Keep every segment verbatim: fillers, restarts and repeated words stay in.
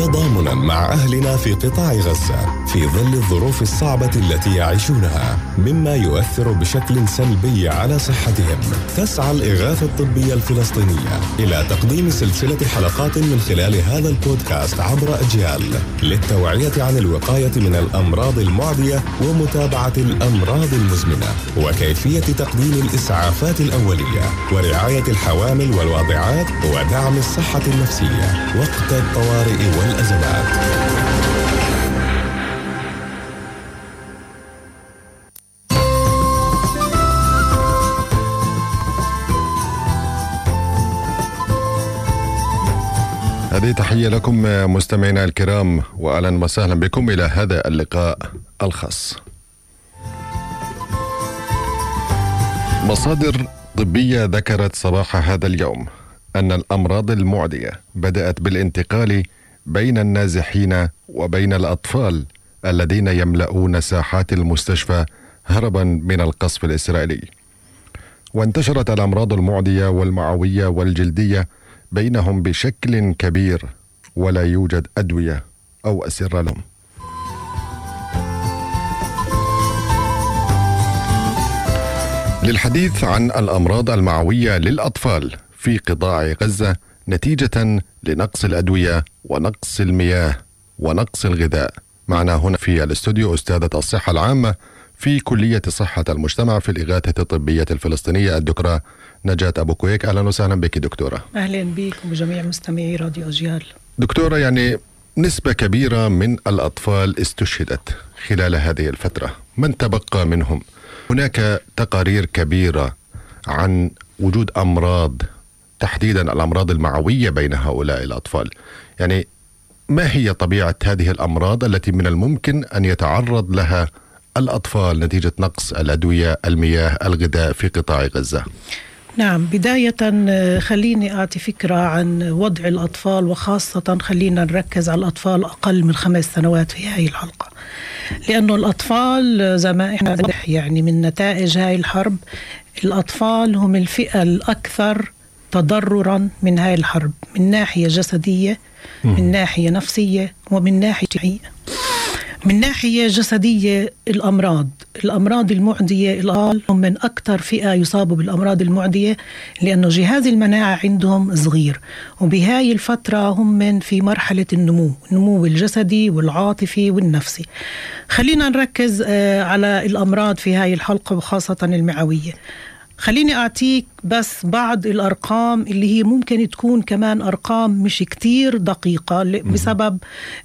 تضامنا مع أهلنا في قطاع غزة في ظل الظروف الصعبة التي يعيشونها مما يؤثر بشكل سلبي على صحتهم. تسعى الإغاثة الطبية الفلسطينية إلى تقديم سلسلة حلقات من خلال هذا البودكاست عبر أجيال للتوعية عن الوقاية من الأمراض المعدية ومتابعة الأمراض المزمنة وكيفية تقديم الإسعافات الأولية ورعاية الحوامل والواضعات ودعم الصحة النفسية وقت الطوارئ والأزمات. هذه تحية لكم مستمعينا الكرام، وأهلا وسهلا بكم إلى هذا اللقاء الخاص. مصادر طبية ذكرت صباح هذا اليوم أن الأمراض المعدية بدأت بالانتقال بين النازحين وبين الأطفال الذين يملؤون ساحات المستشفى هربا من القصف الإسرائيلي، وانتشرت الأمراض المعدية والمعوية والجلدية بينهم بشكل كبير، ولا يوجد أدوية أو أسرة لهم. للحديث عن الأمراض المعوية للأطفال في قطاع غزة نتيجة لنقص الأدوية ونقص المياه ونقص الغذاء، معنا هنا في الاستوديو أستاذة الصحة العامة في كلية صحة المجتمع في الإغاثة الطبية الفلسطينية الدكتورة نجاة أبو كويك. أهلا وسهلا بك دكتورة. أهلا بك وبجميع مستمعي راديو أجيال. دكتورة، يعني نسبة كبيرة من الأطفال استشهدت خلال هذه الفترة، من تبقى منهم؟ هناك تقارير كبيرة عن وجود أمراض، تحديدا الأمراض المعوية بين هؤلاء الأطفال. يعني ما هي طبيعة هذه الأمراض التي من الممكن أن يتعرض لها الأطفال نتيجة نقص الأدوية، المياه، الغذاء في قطاع غزة؟ نعم، بداية خليني أعطي فكرة عن وضع الأطفال، وخاصة خلينا نركز على الأطفال أقل من خمس سنوات في هذه الحلقة، لأنه الأطفال زي ما إحنا يعني من نتائج هاي الحرب، الأطفال هم الفئة الأكثر تضررا من هاي الحرب، من ناحية جسدية، من ناحية نفسية، ومن ناحية اجتماعية. من ناحية جسدية، الأمراض الأمراض المعدية، الأطفال هم من أكثر فئة يصابوا بالأمراض المعدية، لأنه جهاز المناعة عندهم صغير، وبهاي الفترة هم من في مرحلة النمو النمو الجسدي والعاطفي والنفسي. خلينا نركز على الأمراض في هاي الحلقة وخاصة المعوية. خليني أعطيك بس بعض الأرقام اللي هي ممكن تكون كمان أرقام مش كتير دقيقة بسبب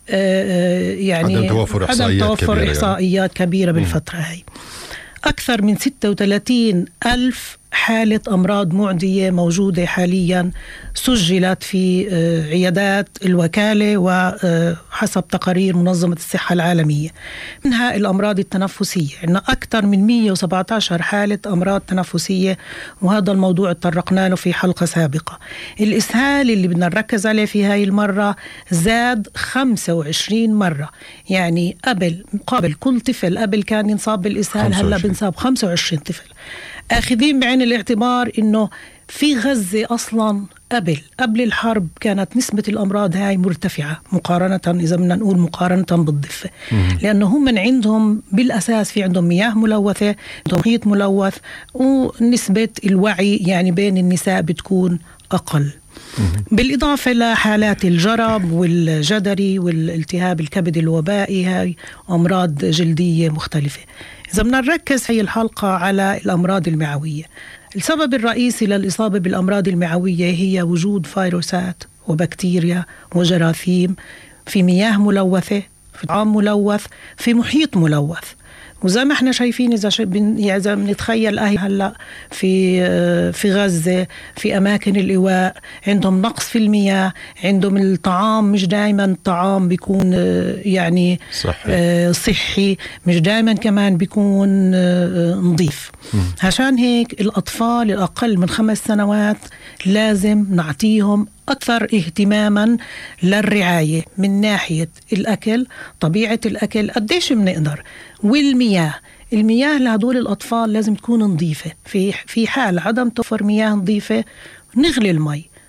آه يعني عدم توفر إحصائيات, عدم توفر كبيرة, إحصائيات يعني. كبيرة بالفترة هاي. أكثر من ستة وثلاثين ألف حالة أمراض معدية موجودة حاليا سجلت في عيادات الوكالة وحسب تقارير منظمة الصحة العالمية. منها الأمراض التنفسية، عندنا أكثر من مئة وسبعة عشر حالة أمراض تنفسية، وهذا الموضوع تطرقنا له في حلقة سابقة. الإسهال اللي بدنا نركز عليه في هاي المرة زاد خمسة وعشرين مرة، يعني قبل مقابل كل طفل قبل كان ينصاب بالإسهال، هلا بنصاب خمسة وعشرين طفل. آخذين بعين الاعتبار إنه في غزة أصلاً قبل قبل الحرب كانت نسبة الأمراض هاي مرتفعة مقارنة، إذا بدنا نقول مقارنة بالضفة، لأنه هم من عندهم بالأساس في عندهم مياه ملوثة، عندهم محيط ملوث، ونسبة الوعي يعني بين النساء بتكون أقل. بالإضافة لحالات الجرب والجدري والالتهاب الكبد الوبائي، هاي أمراض جلدية مختلفة. إذا بدنا نركز في الحلقة على الأمراض المعوية، السبب الرئيسي للإصابة بالأمراض المعوية هي وجود فيروسات وبكتيريا وجراثيم في مياه ملوثة، في طعام ملوث، في محيط ملوث. وزي ما احنا شايفين إذا يعني إذا بنتخيل أهي هلا في في غزة في أماكن الإيواء عندهم نقص في المياه، عندهم الطعام مش دائما الطعام بيكون يعني صحي, صحي مش دائما كمان بيكون نظيف. عشان هيك الأطفال الأقل من خمس سنوات لازم نعطيهم أكثر اهتماما للرعاية من ناحية الأكل، طبيعة الأكل قديش بنقدر، والمياه المياه لهدول الأطفال لازم تكون نظيفة. في في حال عدم توفر مياه نظيفة نغلي المي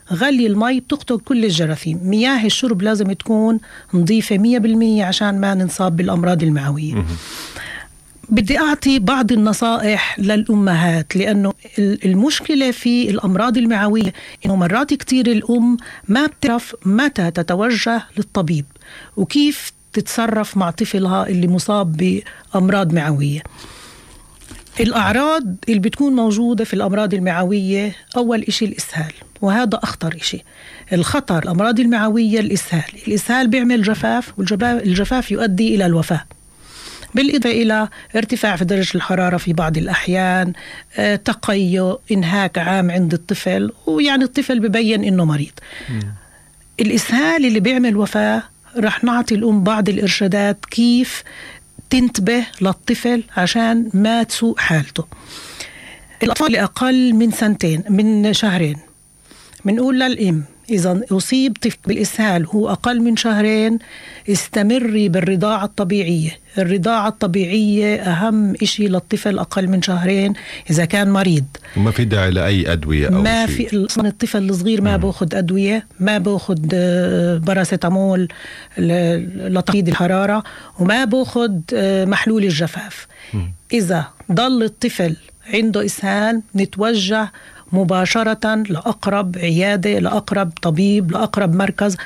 غلي المي بتقتل كل الجراثيم. مياه الشرب لازم تكون نظيفة مية بالمية عشان ما ننصاب بالأمراض المعوية. بدي أعطي بعض النصائح للأمهات، لأنه المشكلة في الأمراض المعوية إنه مرات كتير الأم ما بتعرف متى تتوجه للطبيب وكيف تتصرف مع طفلها اللي مصاب بأمراض معوية. الأعراض اللي بتكون موجودة في الأمراض المعوية، أول إشي الإسهال، وهذا أخطر إشي. الخطر الأمراض المعوية الإسهال. الإسهال بيعمل جفاف، والجفاف يؤدي إلى الوفاة، بالإضافة إلى ارتفاع في درجة الحرارة في بعض الأحيان، آه، تقيؤ، إنهاك عام عند الطفل، ويعني الطفل ببين إنه مريض. م. الإسهال اللي بيعمل وفاة رح نعطي الأم بعض الإرشادات كيف تنتبه للطفل عشان ما تسوء حالته. الأطفال اللي أقل من سنتين من شهرين بنقول للأم إذا أصيب طفل بالإسهال هو أقل من شهرين استمري بالرضاعة الطبيعية. الرضاعة الطبيعية أهم إشي للطفل أقل من شهرين إذا كان مريض. ما في داعي لأي أدوية أو ما شيء. في أصلاً الطفل الصغير ما بأخذ أدوية، ما بأخذ باراسيتامول لتخفيض الحرارة، وما بأخذ محلول الجفاف. م. إذا ضل الطفل عنده إسهال نتوجه مباشرة لأقرب عيادة، لأقرب طبيب، لأقرب مركز.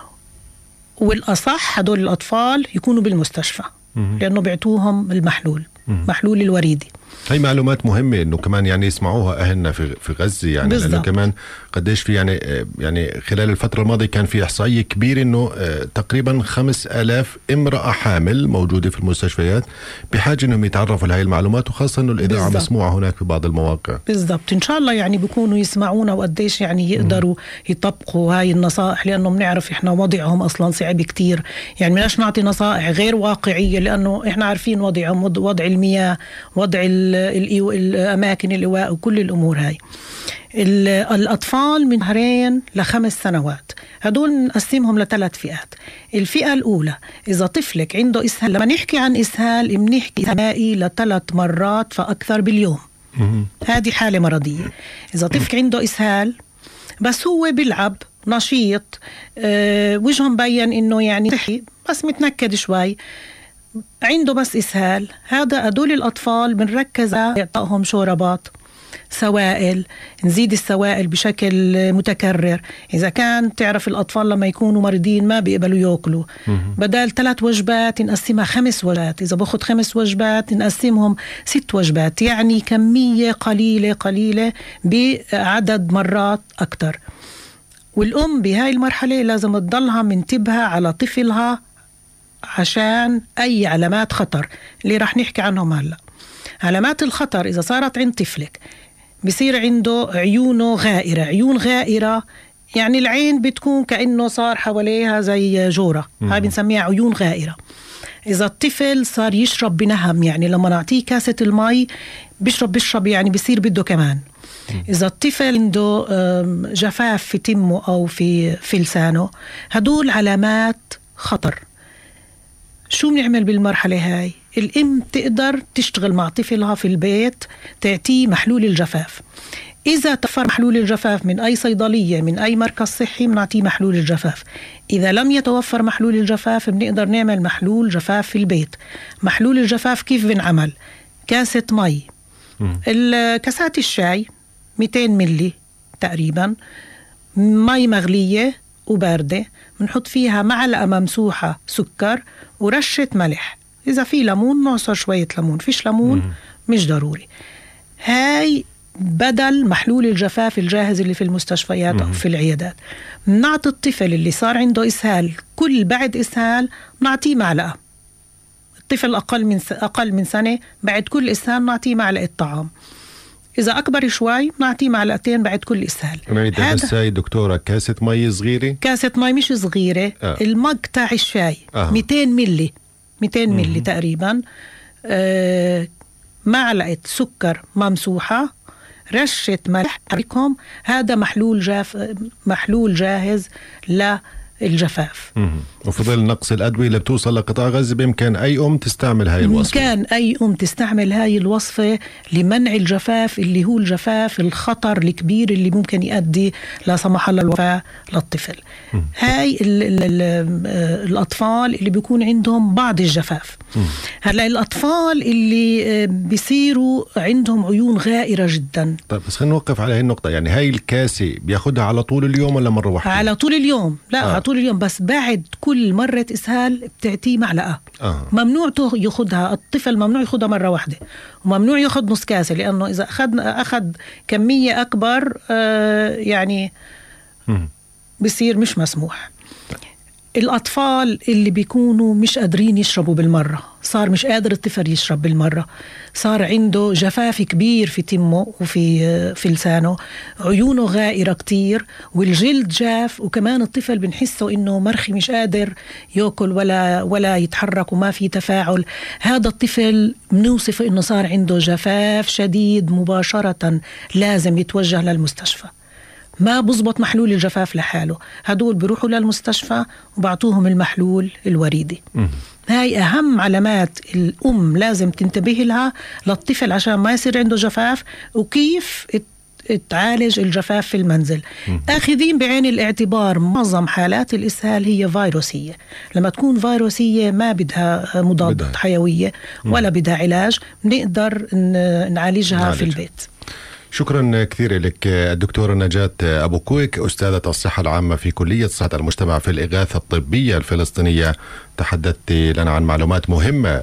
والأصح هدول الأطفال يكونوا بالمستشفى لأنه بيعطوهم المحلول، محلول الوريدي. هاي معلومات مهمة إنه كمان يعني يسمعوها أهلنا في في غزة، يعني بالزبط. لأنه كمان قديش في يعني يعني خلال الفترة الماضية كان في إحصائية كبيرة إنه تقريبا خمس آلاف امرأة حامل موجودة في المستشفيات بحاجة إنهم يتعرفوا لهاي المعلومات، وخاصة إنه الإذاعة بالزبط. مسموعة هناك في بعض المواقع. بالضبط، إن شاء الله يعني بيكونوا يسمعونا وقديش يعني يقدروا يطبقوا هاي النصائح، لأنه بنعرف إحنا وضعهم أصلا صعب كتير. يعني مناش نعطي نصائح غير واقعية لأنه إحنا عارفين وضعهم، وضع المياه، وضع الأماكن الإيواء وكل الأمور هاي. الأطفال من شهرين لخمس سنوات هدول نقسمهم لثلاث فئات. الفئة الأولى إذا طفلك عنده إسهال، لما نحكي عن إسهال بنحكي ثنائي لثلاث مرات فأكثر باليوم، هذه حالة مرضية. إذا طفلك عنده إسهال بس هو بيلعب نشيط، أه وجهه مبين إنه يعني صحي بس متنكد شوي، عنده بس إسهال، هذا هدول الأطفال بنركز على إعطائهم شوربات، سوائل، نزيد السوائل بشكل متكرر. إذا كان تعرف الأطفال لما يكونوا مريضين ما بيقبلوا يأكلوا، بدل ثلاث وجبات نقسمها خمس وجبات، إذا باخد خمس وجبات نقسمهم ست وجبات، يعني كمية قليلة قليلة بعدد مرات أكتر. والأم بهاي المرحلة لازم تضلها منتبهة على طفلها عشان أي علامات خطر اللي رح نحكي عنهم هلأ. علامات الخطر إذا صارت عند طفلك بصير عنده عيونه غائرة. عيون غائرة يعني العين بتكون كأنه صار حواليها زي جورة، هاي بنسميها عيون غائرة. إذا الطفل صار يشرب بنهم، يعني لما نعطيه كاسة المي بيشرب بيشرب يعني بيصير بده كمان. إذا الطفل عنده جفاف في تمه أو في في لسانه، هدول علامات خطر. شو بنعمل بالمرحلة هاي؟ الأم تقدر تشتغل مع طفلها في البيت، تعطيه محلول الجفاف. إذا توفر محلول الجفاف من أي صيدلية من أي مركز صحي بنعطيه محلول الجفاف. إذا لم يتوفر محلول الجفاف بنقدر نعمل محلول جفاف في البيت. محلول الجفاف كيف بنعمل؟ كاسة مي، الكاسات الشاي مئتين ملي تقريبا، مي مغلية وباردة، بنحط فيها معلقة ممسوحة سكر ورشة ملح. إذا في ليمون نعصر شوية ليمون، فيش ليمون مش ضروري. هاي بدل محلول الجفاف الجاهز اللي في المستشفيات أو في العيادات. نعطي الطفل اللي صار عنده إسهال كل بعد إسهال نعطيه معلقة. الطفل أقل من أقل من سنة بعد كل إسهال نعطيه معلقة طعام. إذا أكبر شوي نعطيه معلقتين بعد كل إسهال. هذا الساي دكتورة كاسة مي صغيرة؟ كاسة مي مش صغيرة. آه. المج تاع الشاي آه. مئتين ملي مئتين ملي تقريبا، آه معلقة سكر ممسوحة، رشة ملح، هذا محلول جاف محلول جاهز الجفاف. وفي ظل نقص الأدوية اللي بتوصل لقطاع غزة بإمكان أي أم تستعمل هاي الوصفة. بإمكان أي أم تستعمل هاي الوصفة لمنع الجفاف، اللي هو الجفاف الخطر الكبير اللي ممكن يؤدي لا سمح الله الوفاة للطفل. م. هاي ال ال ال الأطفال اللي بيكون عندهم بعض الجفاف. هلا الأطفال اللي بيصيروا عندهم عيون غائرة جدا. طيب بس خلينا نوقف على هاي النقطة، يعني هاي الكاسة بياخدها على طول اليوم ولا مرة واحدة؟ على طول اليوم. لا آه. على طول اليوم، بس بعد كل مرة إسهال بتعطيه معلقة. آه. ممنوع ياخدها الطفل، ممنوع ياخدها مرة واحدة، وممنوع ياخد نص كاسة، لأنه إذا أخذ أخذ كمية أكبر آه يعني م. بيصير مش مسموح. الأطفال اللي بيكونوا مش قادرين يشربوا بالمرة، صار مش قادر الطفل يشرب بالمرة، صار عنده جفاف كبير في تمه وفي في لسانه، عيونه غائرة كتير، والجلد جاف، وكمان الطفل بنحسه إنه مرخي مش قادر يأكل ولا ولا يتحرك وما في تفاعل. هذا الطفل بنوصفه إنه صار عنده جفاف شديد، مباشرة لازم يتوجه للمستشفى. ما بزبط محلول الجفاف لحاله، هدول بيروحوا للمستشفى وبعطوهم المحلول الوريدي. م- هاي أهم علامات الأم لازم تنتبه لها للطفل عشان ما يصير عنده جفاف، وكيف تعالج الجفاف في المنزل. م- آخذين بعين الاعتبار معظم حالات الإسهال هي فيروسية. لما تكون فيروسية ما بدها مضادات حيوية ولا بدها علاج، نقدر نعالجها نعالج. في البيت. شكرا كثير لك الدكتورة نجاة أبو كويك، أستاذة الصحة العامة في كلية صحة المجتمع في الإغاثة الطبية الفلسطينية. تحدثت لنا عن معلومات مهمة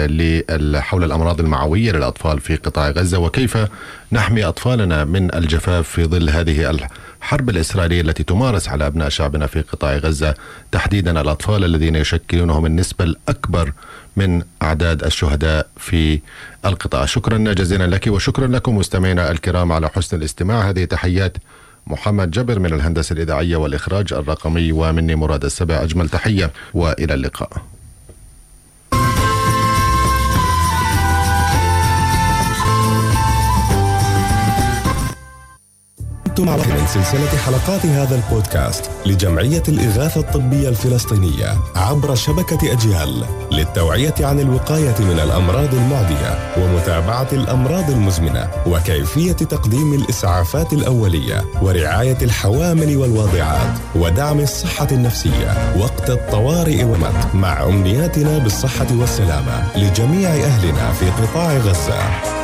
حول الأمراض المعوية للأطفال في قطاع غزة، وكيف نحمي أطفالنا من الجفاف في ظل هذه الحرب الإسرائيلية التي تمارس على أبناء شعبنا في قطاع غزة، تحديدا الأطفال الذين يشكلونهم النسبة الأكبر من أعداد الشهداء في القطاع. شكرا جزيلا لك، وشكرا لكم مستمعينا الكرام على حسن الاستماع. هذه تحيات محمد جبر من الهندسة الإذاعية والإخراج الرقمي، ومني مراد السبع. أجمل تحية وإلى اللقاء. أنتم من سلسلة حلقات هذا البودكاست لجمعية الإغاثة الطبية الفلسطينية عبر شبكة أجيال للتوعية عن الوقاية من الأمراض المعدية ومتابعة الأمراض المزمنة وكيفية تقديم الإسعافات الأولية ورعاية الحوامل والواضعات ودعم الصحة النفسية وقت الطوارئ والموت، مع أمنياتنا بالصحة والسلامة لجميع أهلنا في قطاع غزة.